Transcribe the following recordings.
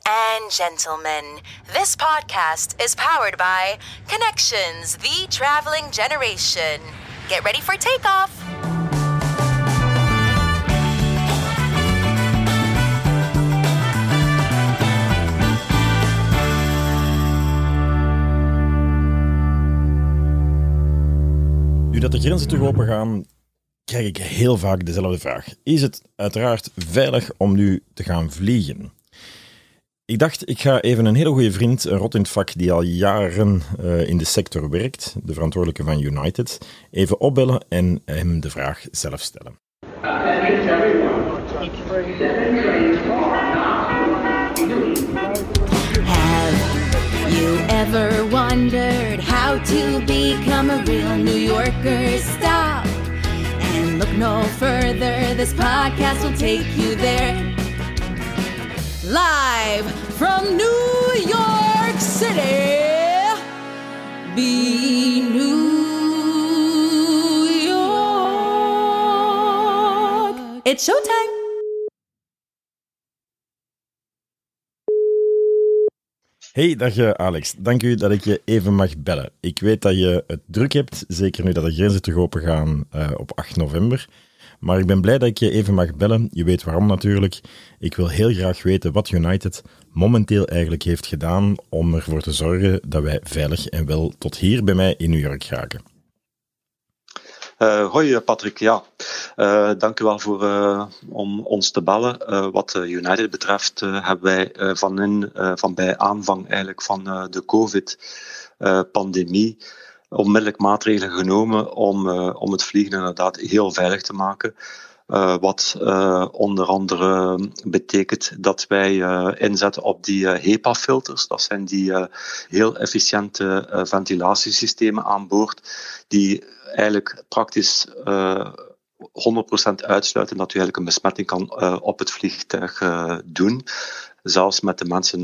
and gentlemen, this podcast is powered by Connections, the traveling generation. Get ready for takeoff. Nu dat de grenzen terug open gaan, krijg ik heel vaak dezelfde vraag. Is het uiteraard veilig om nu te gaan vliegen? Ik dacht, ik ga even een hele goede vriend, een rot in het vak die al jaren in de sector werkt, de verantwoordelijke van United, even opbellen en hem de vraag zelf stellen. You ever wondered how to become a real New Yorker? Stop and look no further. This podcast will take you there. Live from New York City, be New York. It's showtime. Hey, dag Alex. Dank u dat ik je even mag bellen. Ik weet dat je het druk hebt, zeker nu dat de grenzen terug open gaan op 8 november. Maar ik ben blij dat ik je even mag bellen. Je weet waarom natuurlijk. Ik wil heel graag weten wat United momenteel eigenlijk heeft gedaan om ervoor te zorgen dat wij veilig en wel tot hier bij mij in New York geraken. Hoi Patrick, ja. Dank u wel om ons te bellen. Wat United betreft hebben wij van bij aanvang eigenlijk van de COVID-pandemie onmiddellijk maatregelen genomen om het vliegen inderdaad heel veilig te maken. Wat onder andere betekent dat wij inzetten op die HEPA-filters. Dat zijn die heel efficiënte ventilatiesystemen aan boord, die eigenlijk praktisch 100% uitsluiten dat u eigenlijk een besmetting kan op het vliegtuig doen. Zelfs met de mensen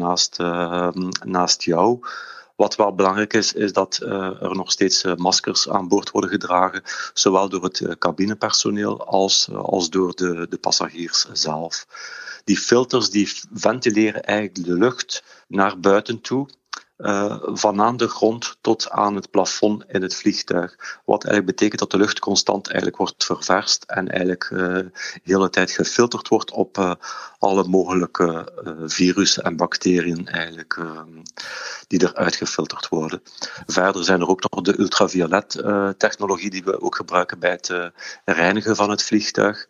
naast jou. Wat wel belangrijk is dat er nog steeds maskers aan boord worden gedragen, zowel door het cabinepersoneel als door de passagiers zelf. Die filters die ventileren eigenlijk de lucht naar buiten toe, van aan de grond tot aan het plafond in het vliegtuig. Wat eigenlijk betekent dat de lucht constant eigenlijk wordt ververst en eigenlijk de hele tijd gefilterd wordt op alle mogelijke virussen en bacteriën eigenlijk, die eruit gefilterd worden. Verder zijn er ook nog de ultraviolet technologie die we ook gebruiken bij het reinigen van het vliegtuig.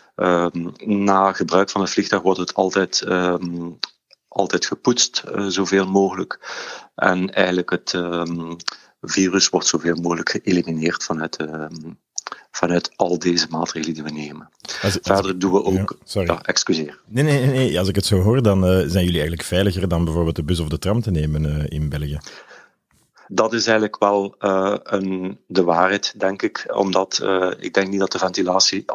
Na gebruik van het vliegtuig wordt het altijd gepoetst, zoveel mogelijk. En eigenlijk het virus wordt zoveel mogelijk geëlimineerd vanuit al deze maatregelen die we nemen. Verder doen we ook... Ja, excuseer. Nee. Als ik het zo hoor, dan zijn jullie eigenlijk veiliger dan bijvoorbeeld de bus of de tram te nemen in België. Dat is eigenlijk wel de waarheid, denk ik. Omdat ik denk niet dat de ventilatie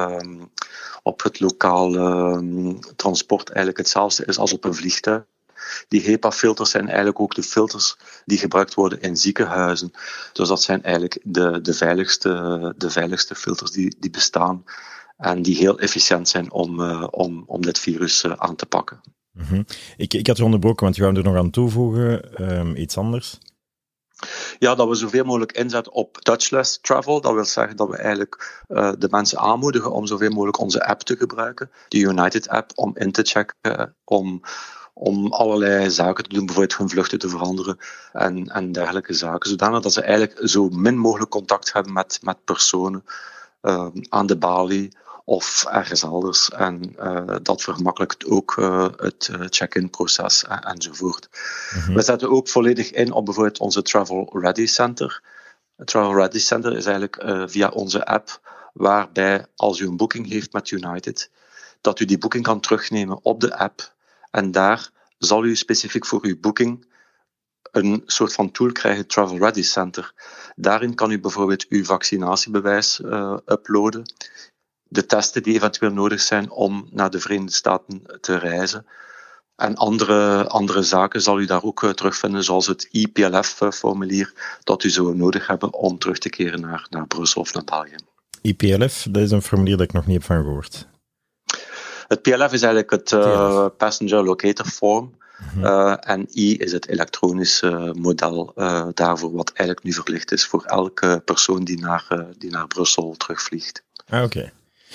op het lokaal transport eigenlijk hetzelfde is als op een vliegtuig. Die HEPA-filters zijn eigenlijk ook de filters die gebruikt worden in ziekenhuizen. Dus dat zijn eigenlijk de veiligste filters die bestaan en die heel efficiënt zijn om dit virus aan te pakken. Mm-hmm. Ik had je onderbroken, want je wou er nog aan toevoegen, iets anders. Ja, dat we zoveel mogelijk inzetten op touchless travel. Dat wil zeggen dat we eigenlijk de mensen aanmoedigen om zoveel mogelijk onze app te gebruiken. De United-app, om in te checken, om allerlei zaken te doen, bijvoorbeeld hun vluchten te veranderen en dergelijke zaken. Zodanig dat ze eigenlijk zo min mogelijk contact hebben met personen aan de balie of ergens anders. En dat vergemakkelijkt ook het check-in proces enzovoort. Mm-hmm. We zetten ook volledig in op bijvoorbeeld onze Travel Ready Center. Het Travel Ready Center is eigenlijk via onze app, waarbij als u een boeking heeft met United, dat u die boeking kan terugnemen op de app. En daar zal u specifiek voor uw boeking een soort van tool krijgen, Travel Ready Center. Daarin kan u bijvoorbeeld uw vaccinatiebewijs uploaden. De testen die eventueel nodig zijn om naar de Verenigde Staten te reizen. En andere zaken zal u daar ook terugvinden, zoals het IPLF-formulier dat u zou nodig hebben om terug te keren naar Brussel of naar België. IPLF, dat is een formulier dat ik nog niet heb van gehoord. Het PLF is eigenlijk het Passenger Locator Form. En I is het elektronische model daarvoor, wat eigenlijk nu verlicht is voor elke persoon die naar Brussel terugvliegt. Oké.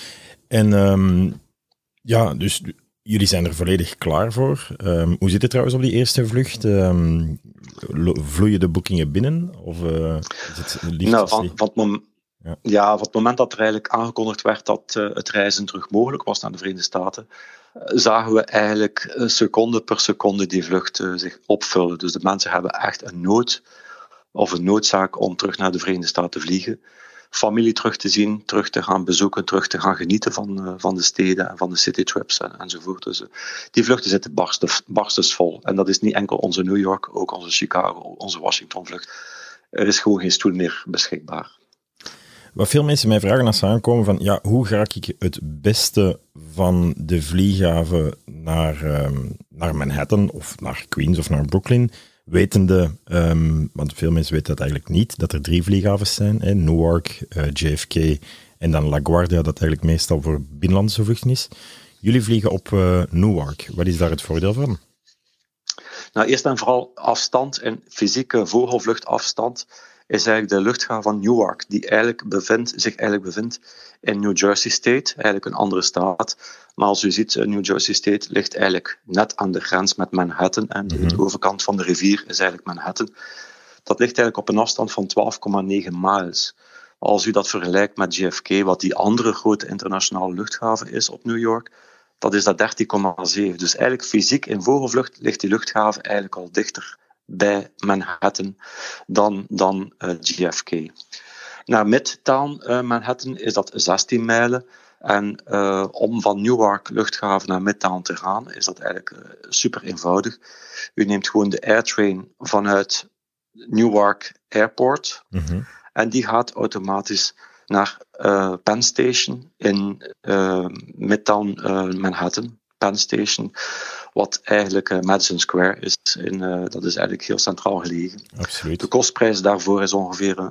En dus jullie zijn er volledig klaar voor. Hoe zit het trouwens op die eerste vlucht? Vloeien de boekingen binnen? Of is het liefst... van het moment dat er eigenlijk aangekondigd werd dat het reizen terug mogelijk was naar de Verenigde Staten, zagen we eigenlijk seconde per seconde die vlucht zich opvullen. Dus de mensen hebben echt een noodzaak om terug naar de Verenigde Staten te vliegen. Familie terug te zien, terug te gaan bezoeken, terug te gaan genieten van de steden en van de citytrips enzovoort. Dus die vluchten zitten barstensvol. En dat is niet enkel onze New York, ook onze Chicago, onze Washington vlucht. Er is gewoon geen stoel meer beschikbaar. Wat veel mensen mij vragen als ze aankomen van, hoe ga ik het beste van de vlieghaven naar Manhattan of naar Queens of naar Brooklyn, wetende, want veel mensen weten dat eigenlijk niet, dat er 3 vlieghavens zijn, Newark, JFK en dan LaGuardia, dat eigenlijk meestal voor binnenlandse vluchten is. Jullie vliegen op Newark. Wat is daar het voordeel van? Nou, eerst en vooral afstand en fysieke vogelvluchtafstand is eigenlijk de luchthaven van Newark, die zich bevindt in New Jersey State, eigenlijk een andere staat. Maar als u ziet, New Jersey State ligt eigenlijk net aan de grens met Manhattan en de overkant van de rivier is eigenlijk Manhattan. Dat ligt eigenlijk op een afstand van 12,9 miles. Als u dat vergelijkt met JFK, wat die andere grote internationale luchthaven is op New York, dat is dat 13,7. Dus eigenlijk fysiek in vogelvlucht ligt die luchthaven eigenlijk al dichter bij Manhattan dan JFK. Naar Midtown Manhattan is dat 16 mijlen. En om van Newark luchthaven naar Midtown te gaan, is dat eigenlijk super eenvoudig. U neemt gewoon de airtrain vanuit Newark Airport. En die gaat automatisch naar Penn Station in Midtown Manhattan. Penn Station, wat eigenlijk Madison Square is. Dat is eigenlijk heel centraal gelegen. Absoluut. De kostprijs daarvoor is ongeveer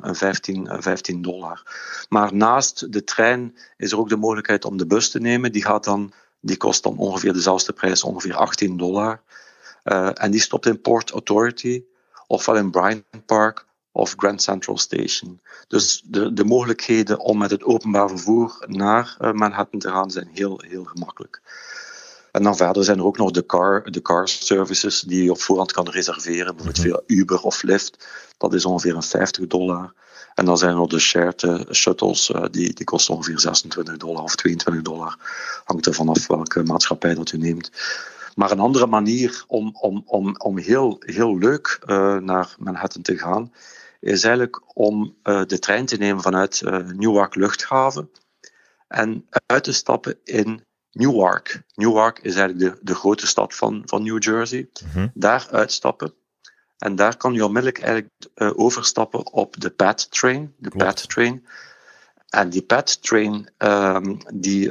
$15. Maar naast de trein is er ook de mogelijkheid om de bus te nemen. Die kost dan ongeveer dezelfde prijs, ongeveer $18. En die stopt in Port Authority, ofwel in Bryant Park of Grand Central Station. Dus de mogelijkheden om met het openbaar vervoer naar Manhattan te gaan zijn heel, heel gemakkelijk. En dan verder zijn er ook nog de car services die je op voorhand kan reserveren, bijvoorbeeld via Uber of Lyft. Dat is ongeveer $50. En dan zijn er nog de shared shuttles, die kosten ongeveer $26 of $22. Hangt er vanaf welke maatschappij dat u neemt. Maar een andere manier om heel, heel leuk naar Manhattan te gaan, is eigenlijk om de trein te nemen vanuit Newark luchthaven en uit te stappen in Newark. Newark is eigenlijk de grote stad van New Jersey. Daar uitstappen. En daar kan je onmiddellijk eigenlijk overstappen op de PATH-train. PATH-train. En die PATH-train die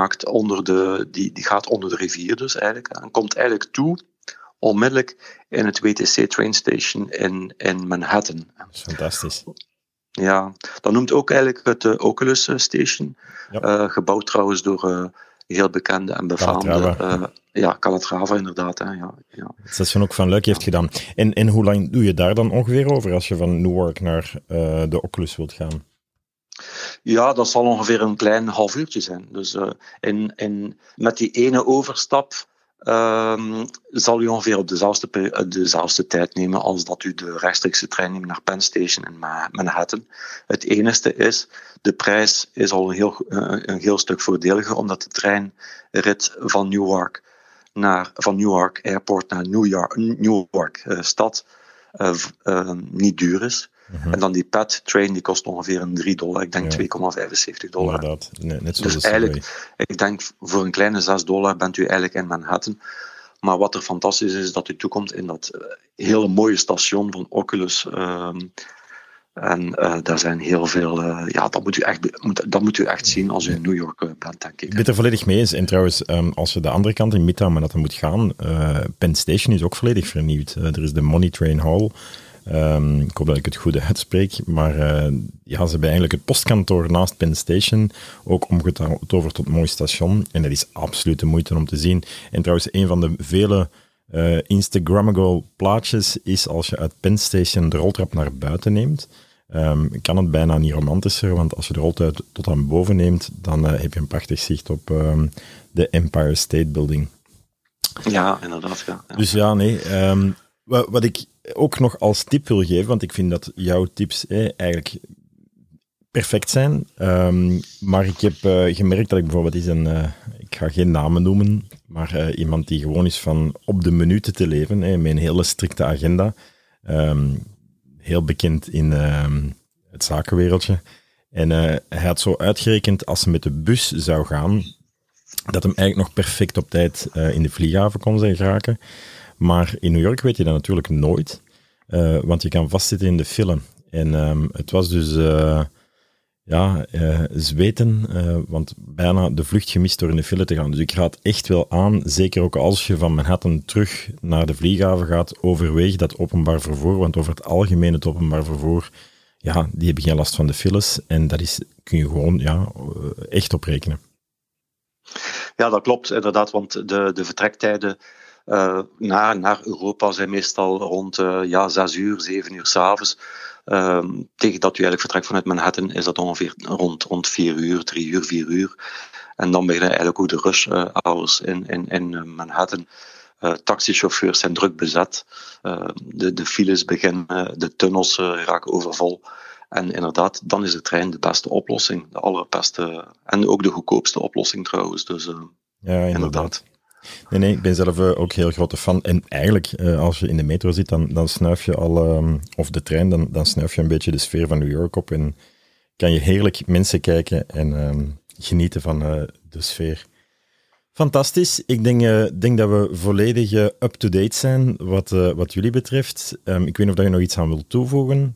gaat onder de rivier dus eigenlijk. En komt eigenlijk toe onmiddellijk in het WTC train station in Manhattan. Dat is fantastisch. Ja, dat noemt ook eigenlijk het Oculus Station. Ja. Gebouwd trouwens door heel bekende en befaamde Calatrava inderdaad. Hè. Ja. Het station ook van Luik heeft gedaan. En hoe lang doe je daar dan ongeveer over als je van Newark naar de Oculus wilt gaan? Ja, dat zal ongeveer een klein half uurtje zijn. Dus met die ene overstap zal u ongeveer op dezelfde tijd nemen als dat u de rechtstreekse trein neemt naar Penn Station in Manhattan. Het enige is, de prijs is al een heel stuk voordeliger, omdat de treinrit van Newark Airport naar Newark stad niet duur is. En dan die PATH-train, die kost ongeveer $3. Ik denk $2,75. Inderdaad, net zoals dus eigenlijk, ik denk voor een kleine $6 bent u eigenlijk in Manhattan. Maar wat er fantastisch is dat u toekomt in dat hele mooie station van Oculus. En daar zijn heel veel... dat moet u echt zien als u in New York bent, denk ik. Ik ben het er volledig mee eens. En trouwens, als je de andere kant in Midtown Manhattan moet gaan, Penn Station is ook volledig vernieuwd. Er is de Money Train Hall. Ik hoop dat ik het goed uitspreek, maar ze hebben eigenlijk het postkantoor naast Penn Station ook omgetoverd tot een mooi station. En dat is absoluut de moeite om te zien. En trouwens, een van de vele Instagrammable plaatjes is als je uit Penn Station de roltrap naar buiten neemt. Kan het bijna niet romantischer, want als je de roltrap tot aan boven neemt, dan heb je een prachtig zicht op de Empire State Building. Ja, inderdaad. Ja. Dus ja, nee. Wat ik ook nog als tip wil geven, want ik vind dat jouw tips eigenlijk perfect zijn. Maar ik heb gemerkt dat ik bijvoorbeeld ik ga geen namen noemen, maar iemand die gewoon is van op de minuten te leven, met een hele strikte agenda. Heel bekend in het zakenwereldje. En hij had zo uitgerekend, als hij met de bus zou gaan, dat hem eigenlijk nog perfect op tijd in de vlieghaven kon zijn geraken. Maar in New York weet je dat natuurlijk nooit, want je kan vastzitten in de file. En het was dus zweten, want bijna de vlucht gemist door in de file te gaan. Dus ik raad echt wel aan, zeker ook als je van Manhattan terug naar de vlieghaven gaat, overweeg dat openbaar vervoer, want over het algemeen het openbaar vervoer, ja, die hebben geen last van de files en dat kun je gewoon echt op rekenen. Ja, dat klopt inderdaad, want de vertrektijden naar Europa zijn meestal rond 6 uur, 7 uur 's avonds. Tegen dat u eigenlijk vertrekt vanuit Manhattan is dat ongeveer rond 4 uur, 3 uur, 4 uur. En dan beginnen eigenlijk ook de rush hours in Manhattan. Taxichauffeurs zijn druk bezet. De files beginnen, de tunnels raken overvol. En inderdaad, dan is de trein de beste oplossing. De allerbeste en ook de goedkoopste oplossing trouwens. Dus, ja, inderdaad. Nee, ik ben zelf ook heel grote fan. En eigenlijk, als je in de metro zit, dan snuif je al, of de trein, dan snuif je een beetje de sfeer van New York op. En kan je heerlijk mensen kijken en genieten van de sfeer. Fantastisch. Ik denk dat we volledig up-to-date zijn wat jullie betreft. Ik weet niet of je nog iets aan wilt toevoegen.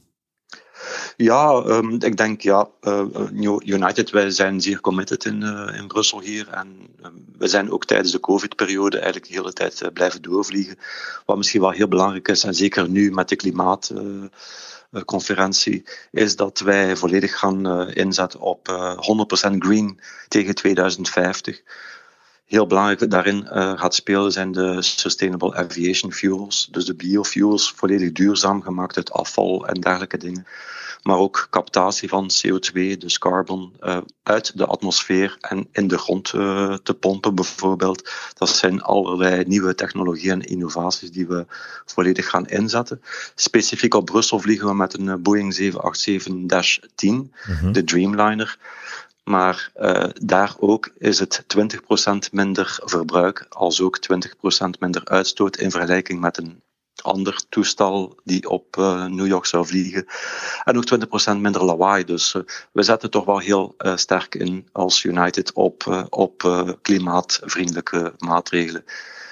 Ja, ik denk, United, wij zijn zeer committed in Brussel hier. En we zijn ook tijdens de COVID-periode eigenlijk de hele tijd blijven doorvliegen. Wat misschien wel heel belangrijk is, en zeker nu met de klimaatconferentie, is dat wij volledig gaan inzetten op 100% green tegen 2050. Heel belangrijk daarin gaat spelen zijn de Sustainable Aviation Fuels, dus de biofuels, volledig duurzaam gemaakt uit afval en dergelijke dingen. Maar ook captatie van CO2, dus carbon, uit de atmosfeer en in de grond te pompen bijvoorbeeld. Dat zijn allerlei nieuwe technologieën en innovaties die we volledig gaan inzetten. Specifiek op Brussel vliegen we met een Boeing 787-10, de Dreamliner. Maar daar ook is het 20% minder verbruik, als ook 20% minder uitstoot in vergelijking met een ander toestel die op New York zou vliegen. En ook 20% minder lawaai. Dus we zetten toch wel heel sterk in als United op klimaatvriendelijke maatregelen.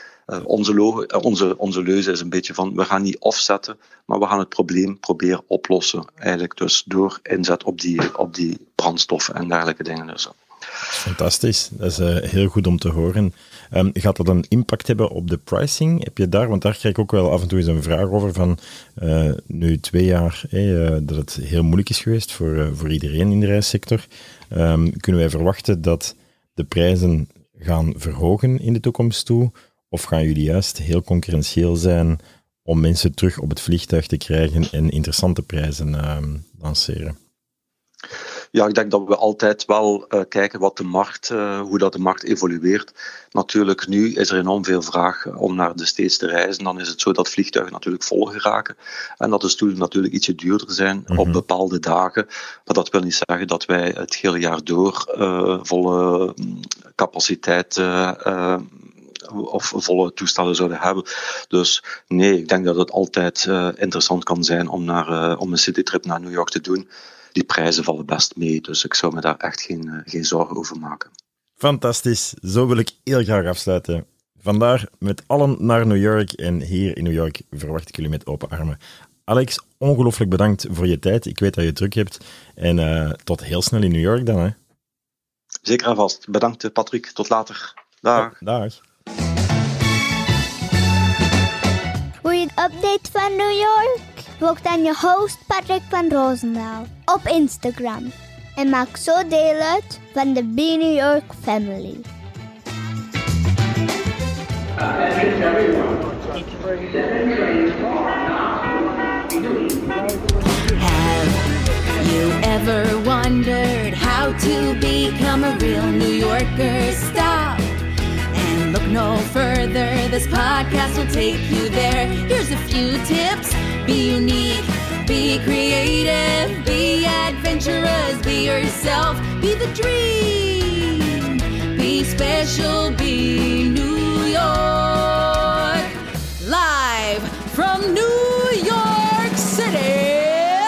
Onze leuze is een beetje van, we gaan niet offsetten, maar we gaan het probleem proberen oplossen. Eigenlijk dus door inzet op die brandstoffen en dergelijke dingen. Dus. Fantastisch, dat is heel goed om te horen. Gaat dat een impact hebben op de pricing? Heb je daar, want daar krijg ik ook wel af en toe eens een vraag over van nu 2 jaar dat het heel moeilijk is geweest voor iedereen in de reissector. Kunnen wij verwachten dat de prijzen gaan verhogen in de toekomst toe? Of gaan jullie juist heel concurrentieel zijn om mensen terug op het vliegtuig te krijgen en interessante prijzen lanceren? Ja, ik denk dat we altijd wel kijken wat hoe dat de markt evolueert. Natuurlijk, nu is er enorm veel vraag om naar de States te reizen. Dan is het zo dat vliegtuigen natuurlijk vol geraken. En dat de stoelen natuurlijk ietsje duurder zijn op bepaalde dagen. Maar dat wil niet zeggen dat wij het hele jaar door volle capaciteit of volle toestellen zouden hebben. Dus nee, ik denk dat het altijd interessant kan zijn om een citytrip naar New York te doen. Die prijzen vallen best mee, dus ik zou me daar echt geen zorgen over maken. Fantastisch, zo wil ik heel graag afsluiten. Vandaar met allen naar New York en hier in New York verwacht ik jullie met open armen. Alex, ongelooflijk bedankt voor je tijd. Ik weet dat je het druk hebt en tot heel snel in New York dan. Hè? Zeker en vast. Bedankt Patrick, tot later. Dag. Dag. Wil je een update van New York? Volg dan je host Patrick van Roosendaal op Instagram. En maak zo deel uit van de Be New York family. Attention everyone. Have you ever wondered how to become a real New Yorker? Stop and look no further. This podcast will take you there. Here's a few tips. Be unique, be creative, be adventurous, be yourself, be the dream, be special, be New York. Live from New York City,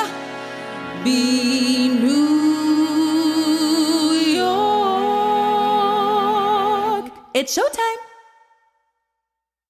be New York. It's showtime.